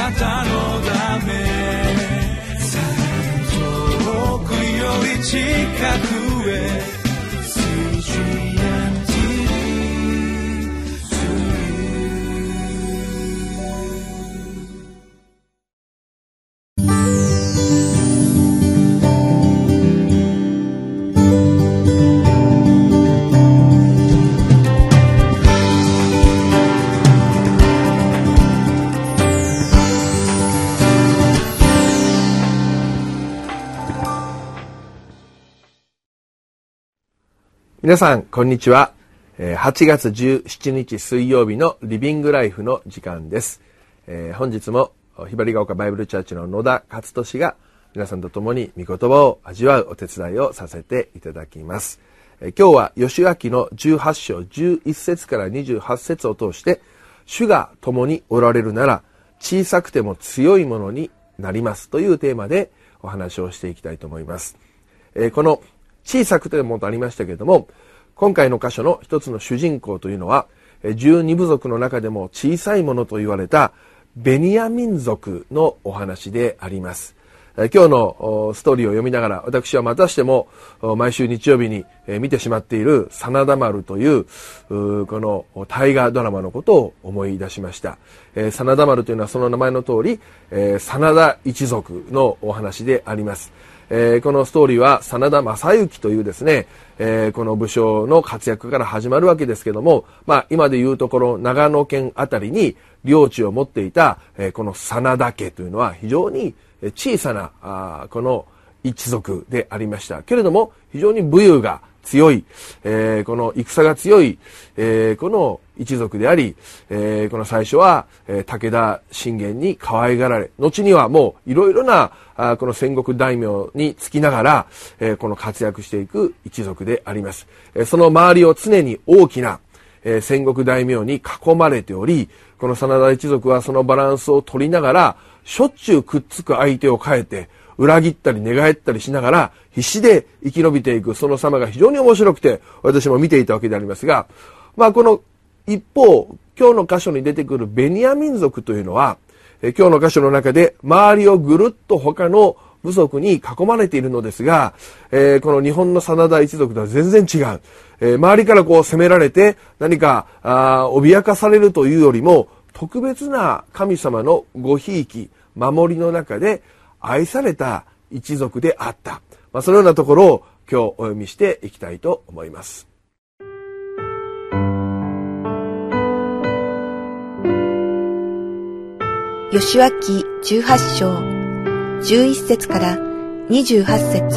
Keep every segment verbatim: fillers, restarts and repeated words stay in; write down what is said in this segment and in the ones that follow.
なたのため、遠くより近くへ皆さんこんにちは。はちがつじゅうしちにち水曜日のリビングライフの時間です。本日もひばりが丘バイブルチャーチの野田勝利が皆さんと共に御言葉を味わうお手伝いをさせていただきます。今日は吉明のじゅうはちしょうじゅういっせつからにじゅうはちせつを通して、主が共におられるなら小さくても強いものになりますというテーマでお話をしていきたいと思います。この小さくてもとありましたけれども、今回の箇所の一つの主人公というのは、じゅうにぶぞくの中でも小さいものと言われたベニヤミン族のお話であります。今日のストーリーを読みながら、私はまたしても毎週日曜日に見てしまっている真田丸というこの大河ドラマのことを思い出しました。真田丸というのはその名前の通り、真田一族のお話であります。えー、このストーリーは真田昌幸というですね、えー、この武将の活躍から始まるわけですけども、まあ今でいうところ長野県あたりに領地を持っていた、えー、この真田家というのは非常に小さなあこの一族でありましたけれども、非常に武勇が強い、えー、この戦が強い、えー、この一族であり、えー、この最初は、えー、武田信玄に可愛がられ、後にはもういろいろなあこの戦国大名につきながら、えー、この活躍していく一族であります。えー、その周りを常に大きな、えー、戦国大名に囲まれており、この真田一族はそのバランスを取りながら、しょっちゅうくっつく相手を変えて、裏切ったり寝返ったりしながら必死で生き延びていくその様が非常に面白くて、私も見ていたわけでありますが、まあこの一方、今日の箇所に出てくるベニヤ民族というのは、え今日の箇所の中で周りをぐるっと他の部族に囲まれているのですが、えー、この日本の真田一族とは全然違う。えー、周りからこう攻められて何かあ脅かされるというよりも、特別な神様のごひいき、守りの中で愛された一族であった。まあ、そのようなところを今日お読みしていきたいと思います。 吉明じゅうはちしょうじゅういっせつからにじゅうはちせつ。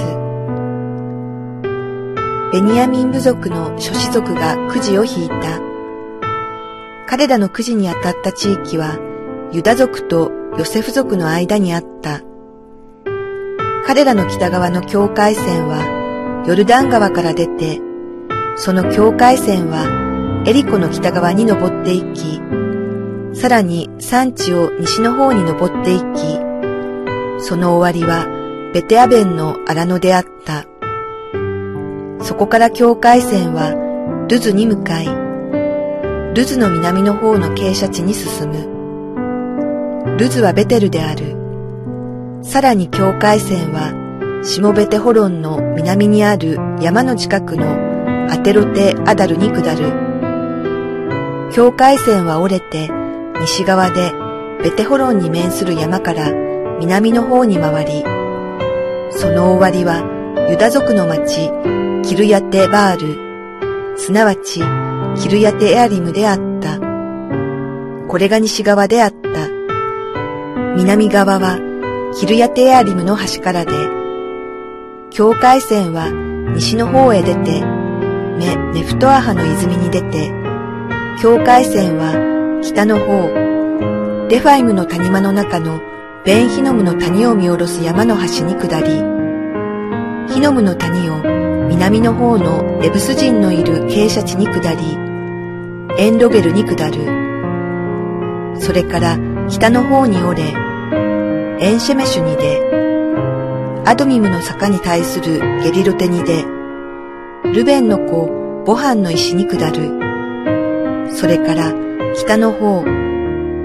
ベニヤミン部族の諸氏族がくじを引いた。彼らのくじに当たった地域はユダ族とヨセフ族の間にあった。彼らの北側の境界線はヨルダン川から出て、その境界線はエリコの北側に登っていき、さらに山地を西の方に登っていき、その終わりはベテアベンの荒野であった。そこから境界線はルズに向かい、ルズの南の方の傾斜地に進む。ルズはベテルである。さらに境界線は下ベテホロンの南にある山の近くのアテロテアダルに下る。境界線は折れて西側でベテホロンに面する山から南の方に回り、その終わりはユダ族の町キルヤテバール、すなわちキルヤテエアリムであった。これが西側であった。南側はキルヤテエアリムの端からで、境界線は西の方へ出て、メ・ネフトアハの泉に出て、境界線は北の方、レファイムの谷間の中のベンヒノムの谷を見下ろす山の端に下り、ヒノムの谷を南の方のレブス人のいる傾斜地に下り、エンロゲルに下る。それから北の方に折れ、エンシェメシュに出、アドミムの坂に対するゲリロテに出、ルベンの子ボハンの石に下る。それから北の方、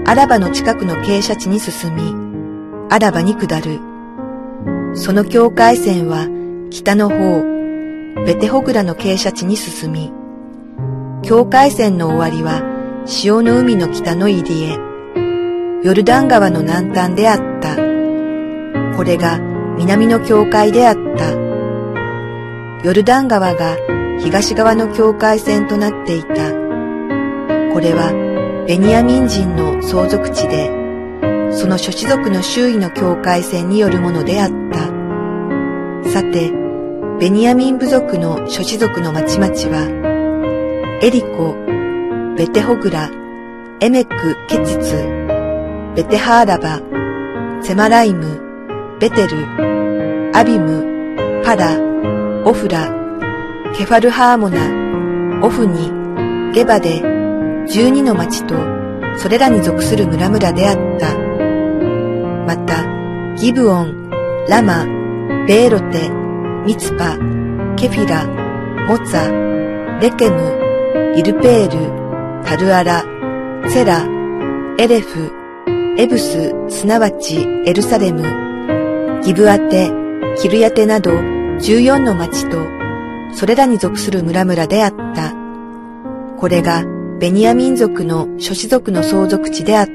アラバの近くの傾斜地に進み、アラバに下る。その境界線は北の方、ベテホグラの傾斜地に進み、境界線の終わりは潮の海の北の入りへ、ヨルダン川の南端であった。これが南の境界であった。ヨルダン川が東側の境界線となっていた。これはベニヤミン人の相続地で、その諸子族の周囲の境界線によるものであった。さて、ベニヤミン部族の諸子族の町々は、エリコ、ベテホグラ、エメク・ケチツ、ベテハーラバ、セマライム、ベテル、アビム、パラ、オフラ、ケファルハーモナ、オフニ、ゲバで、十二の町と、それらに属する村々であった。また、ギブオン、ラマ、ベーロテ、ミツパ、ケフィラ、モツァ、レケム、イルペール、タルアラ、セラ、エレフ、エブス、すなわちエルサレム、ギブアテ、キルヤテなど十四の町と、それらに属する村々であった。これがベニヤ民族の諸子族の相続地であった。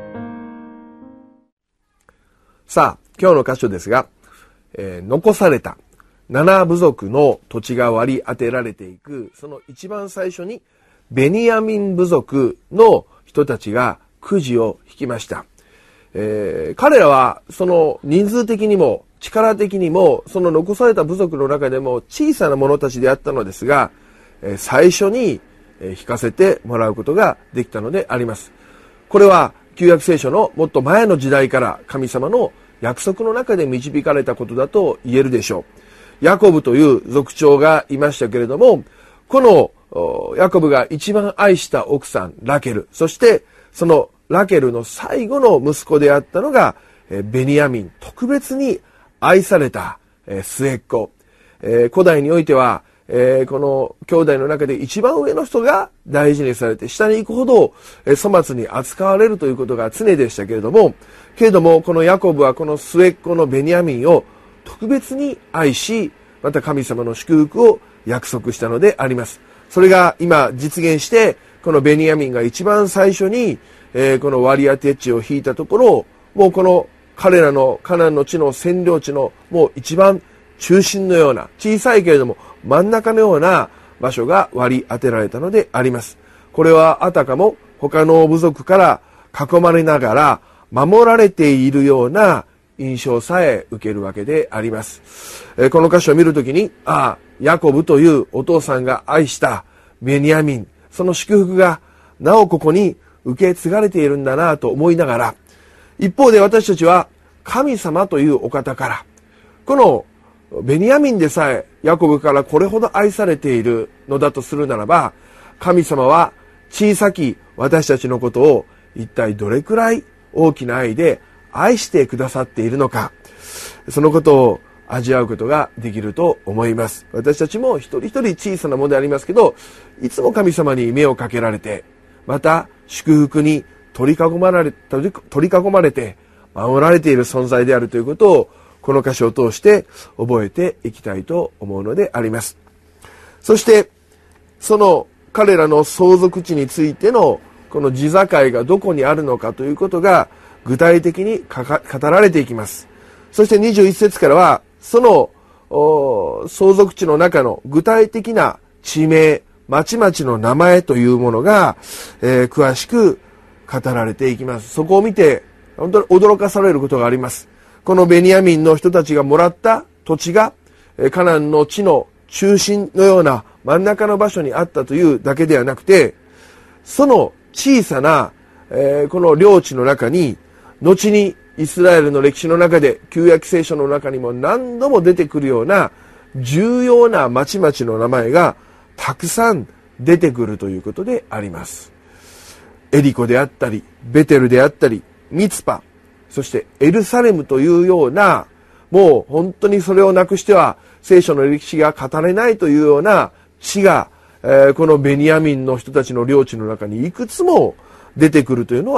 さあ、今日の箇所ですが、えー、残された七部族の土地が割り当てられていく、その一番最初にベニヤミン部族の人たちがくじを引きました。えー、彼らはその人数的にも力的にもその残された部族の中でも小さな者たちであったのですが、えー、最初に引かせてもらうことができたのであります。これは旧約聖書のもっと前の時代から神様の約束の中で導かれたことだと言えるでしょう。ヤコブという族長がいましたけれども、このヤコブが一番愛した奥さんラケル、そしてそのラケルの最後の息子であったのがベニヤミン、特別に愛された末っ子。古代においてはこの兄弟の中で一番上の人が大事にされて、下に行くほど粗末に扱われるということが常でしたけれども、けれどもこのヤコブはこの末っ子のベニヤミンを特別に愛し、また神様の祝福を約束したのであります。それが今実現して、このベニヤミンが一番最初に、えー、この割り当て地を引いたところ、もうこの彼らのカナンの地の占領地のもう一番中心のような、小さいけれども真ん中のような場所が割り当てられたのであります。これはあたかも他の部族から囲まれながら守られているような印象さえ受けるわけであります。えー、この箇所を見るときに、ああ、ヤコブというお父さんが愛したベニヤミン、その祝福がなおここに受け継がれているんだなと思いながら、一方で私たちは神様というお方から、このベニヤミンでさえヤコブからこれほど愛されているのだとするならば、神様は小さき私たちのことを一体どれくらい大きな愛で愛してくださっているのか、そのことを味わうことができると思います。私たちも一人一人小さなものでありますけど、いつも神様に目をかけられて、また祝福に取り囲まれ、取り囲まれて守られている存在であるということを、この箇所を通して覚えていきたいと思うのであります。そしてその彼らの相続地についてのこの地境がどこにあるのかということが具体的に語られていきます。そしてにじゅういっ節からはその相続地の中の具体的な地名、町々の名前というものが、えー、詳しく語られていきます。そこを見て本当に驚かされることがあります。このベニヤミンの人たちがもらった土地がカナンの地の中心のような真ん中の場所にあったというだけではなくて、その小さな、えー、この領地の中に後にイスラエルの歴史の中で旧約聖書の中にも何度も出てくるような重要な町々の名前がたくさん出てくるということであります。エリコであったり、ベテルであったり、ミツパ、そしてエルサレムというような、もう本当にそれをなくしては聖書の歴史が語れないというような地が、えー、このベニヤミンの人たちの領地の中にいくつも出てくるというのは、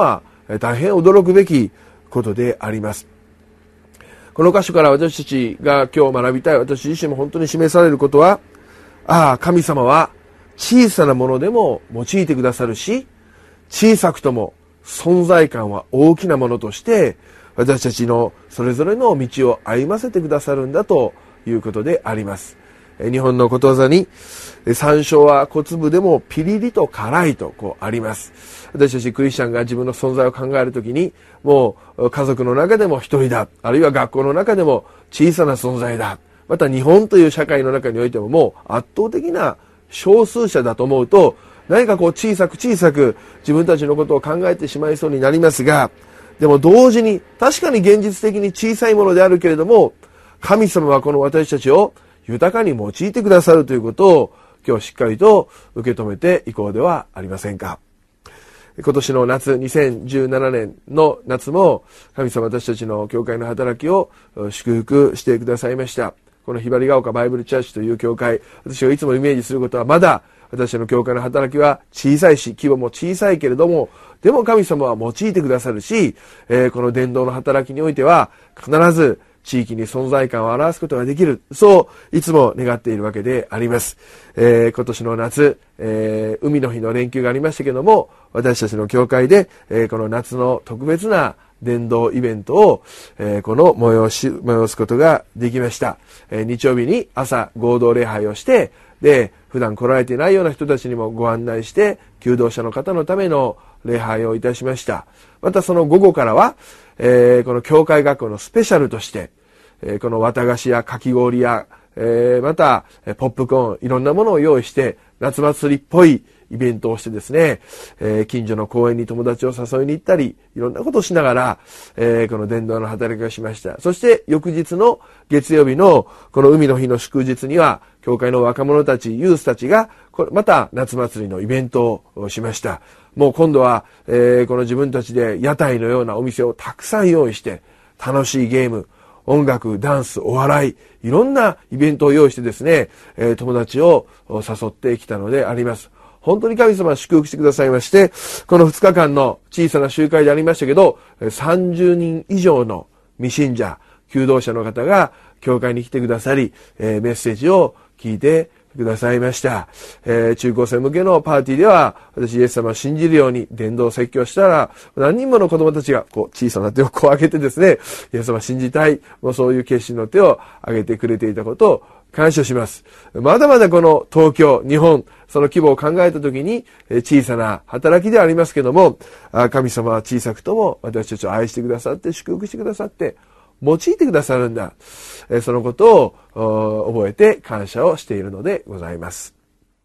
大変驚くべきことであります。この箇所から私たちが今日学びたい、私自身も本当に示されることは、ああ、神様は小さなものでも用いてくださるし、小さくとも存在感は大きなものとして私たちのそれぞれの道を歩ませてくださるんだということであります。日本のことわざに山椒は小粒でもピリリと辛いとこうあります。私たちクリスチャンが自分の存在を考えるときに、もう家族の中でも一人だ、あるいは学校の中でも小さな存在だ、また日本という社会の中においてももう圧倒的な少数者だと思うと、何かこう小さく小さく自分たちのことを考えてしまいそうになりますが、でも同時に確かに現実的に小さいものであるけれども、神様はこの私たちを豊かに用いてくださるということを今日しっかりと受け止めていこうではありませんか。今年の夏、にせんじゅうななねんの夏も神様私たちの教会の働きを祝福してくださいました。このひばりが丘バイブルチャーチという教会、私がいつもイメージすることは、まだ私の教会の働きは小さいし、規模も小さいけれども、でも神様は用いてくださるし、えー、この伝道の働きにおいては必ず地域に存在感を表すことができる。そういつも願っているわけであります。えー、今年の夏、えー、海の日の連休がありましたけども、私たちの教会で、えー、この夏の特別な伝道イベントを、えー、この催し、催すことができました。えー、日曜日に朝合同礼拝をして、で、普段来られていないような人たちにもご案内して、求道者の方のための礼拝をいたしました。またその午後からは、えー、この教会学校のスペシャルとして、えー、この綿菓子やかき氷や、えー、またポップコーン、いろんなものを用意して、夏祭りっぽいイベントをしてですね、えー、近所の公園に友達を誘いに行ったり、いろんなことをしながら、えー、この伝道の働きをしました。そして翌日の月曜日のこの海の日の祝日には、教会の若者たち、ユースたちが、また夏祭りのイベントをしました。もう今度は、えー、この自分たちで屋台のようなお店をたくさん用意して、楽しいゲーム、音楽、ダンス、お笑い、いろんなイベントを用意してですね、えー、友達を誘ってきたのであります。本当に神様は祝福してくださいまして、このふつかかんの小さな集会でありましたけど、さんじゅうにん以上の未信者、求道者の方が教会に来てくださり、えー、メッセージを聞いてくださいました。えー、中高生向けのパーティーでは、私イエス様を信じるように伝道説教したら、何人もの子供たちがこう小さな手をこう上げてですね、イエス様を信じたい、もうそういう決心の手を上げてくれていたことを感謝します。まだまだこの東京、日本、その規模を考えたときに小さな働きではありますけども、神様は小さくとも私たちを愛してくださって祝福してくださって用いてくださるんだ。そのことを覚えて感謝をしているのでございます。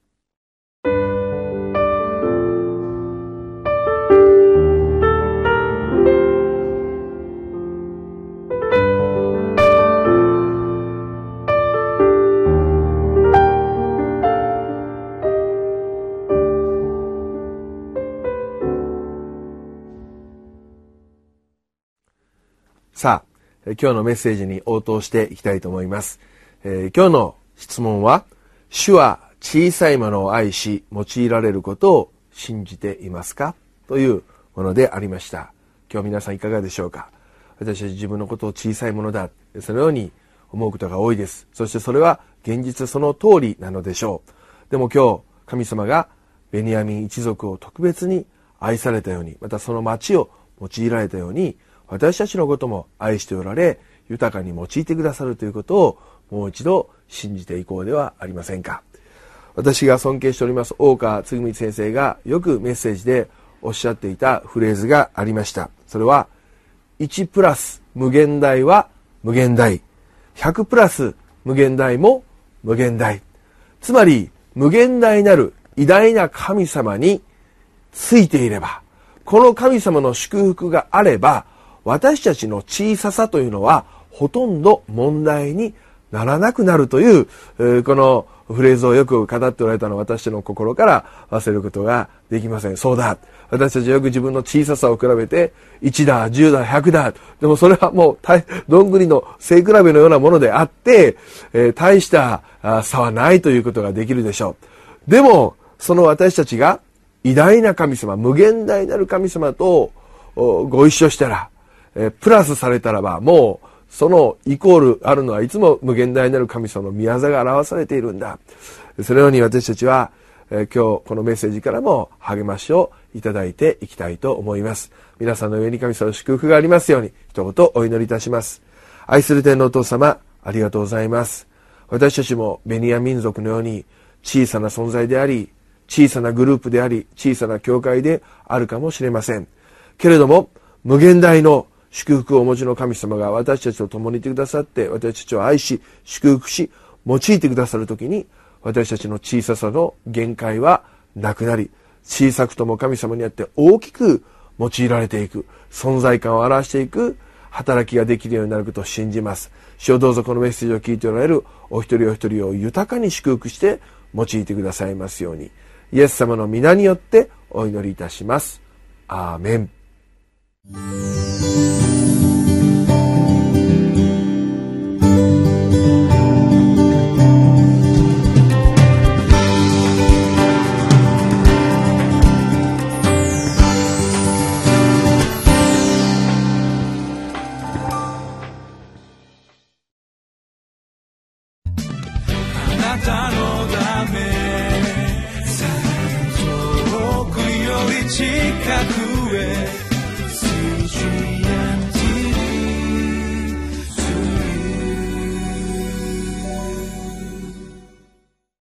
さあ、今日のメッセージに応答していきたいと思います。えー、今日の質問は、主は小さいものを愛し用いられることを信じていますかというものでありました。今日皆さんいかがでしょうか。私たち自分のことを小さいものだ、そのように思うことが多いです。そしてそれは現実その通りなのでしょう。でも今日神様がベニヤミン一族を特別に愛されたように、またその町を用いられたように、私たちのことも愛しておられ、豊かに用いてくださるということをもう一度信じていこうではありませんか。私が尊敬しております大川嗣光先生がよくメッセージでおっしゃっていたフレーズがありました。それは、いちプラス無限大は無限大、ひゃくプラス無限大も無限大。つまり、無限大なる偉大な神様についていれば、この神様の祝福があれば、私たちの小ささというのはほとんど問題にならなくなるという、このフレーズをよく語っておられたのを私の心から忘れることができません。そうだ。私たちはよく自分の小ささを比べていちだ、じゅうだ、ひゃくだ。でもそれはもうどんぐりの背比べのようなものであって、えー、大した差はないということができるでしょう。でも、その私たちが偉大な神様、無限大なる神様とご一緒したら、えプラスされたらば、もうそのイコールあるのはいつも無限大なる神様の御業が表されているんだ。そのように私たちは、え今日このメッセージからも励ましをいただいていきたいと思います。皆さんの上に神様の祝福がありますように一言お祈りいたします。愛する天のお父様、ありがとうございます。私たちもベニヤ民族のように小さな存在であり、小さなグループであり、小さな教会であるかもしれません。けれども、無限大の祝福をお持ちの神様が私たちと共にいてくださって、私たちを愛し、祝福し、用いてくださるときに、私たちの小ささの限界はなくなり、小さくとも神様にあって大きく用いられていく、存在感を表していく働きができるようになることを信じます。主をどうぞこのメッセージを聞いておられるお一人お一人を豊かに祝福して用いてくださいますように、イエス様の皆によってお祈りいたします。アーメン。 あなたのため遠くより近く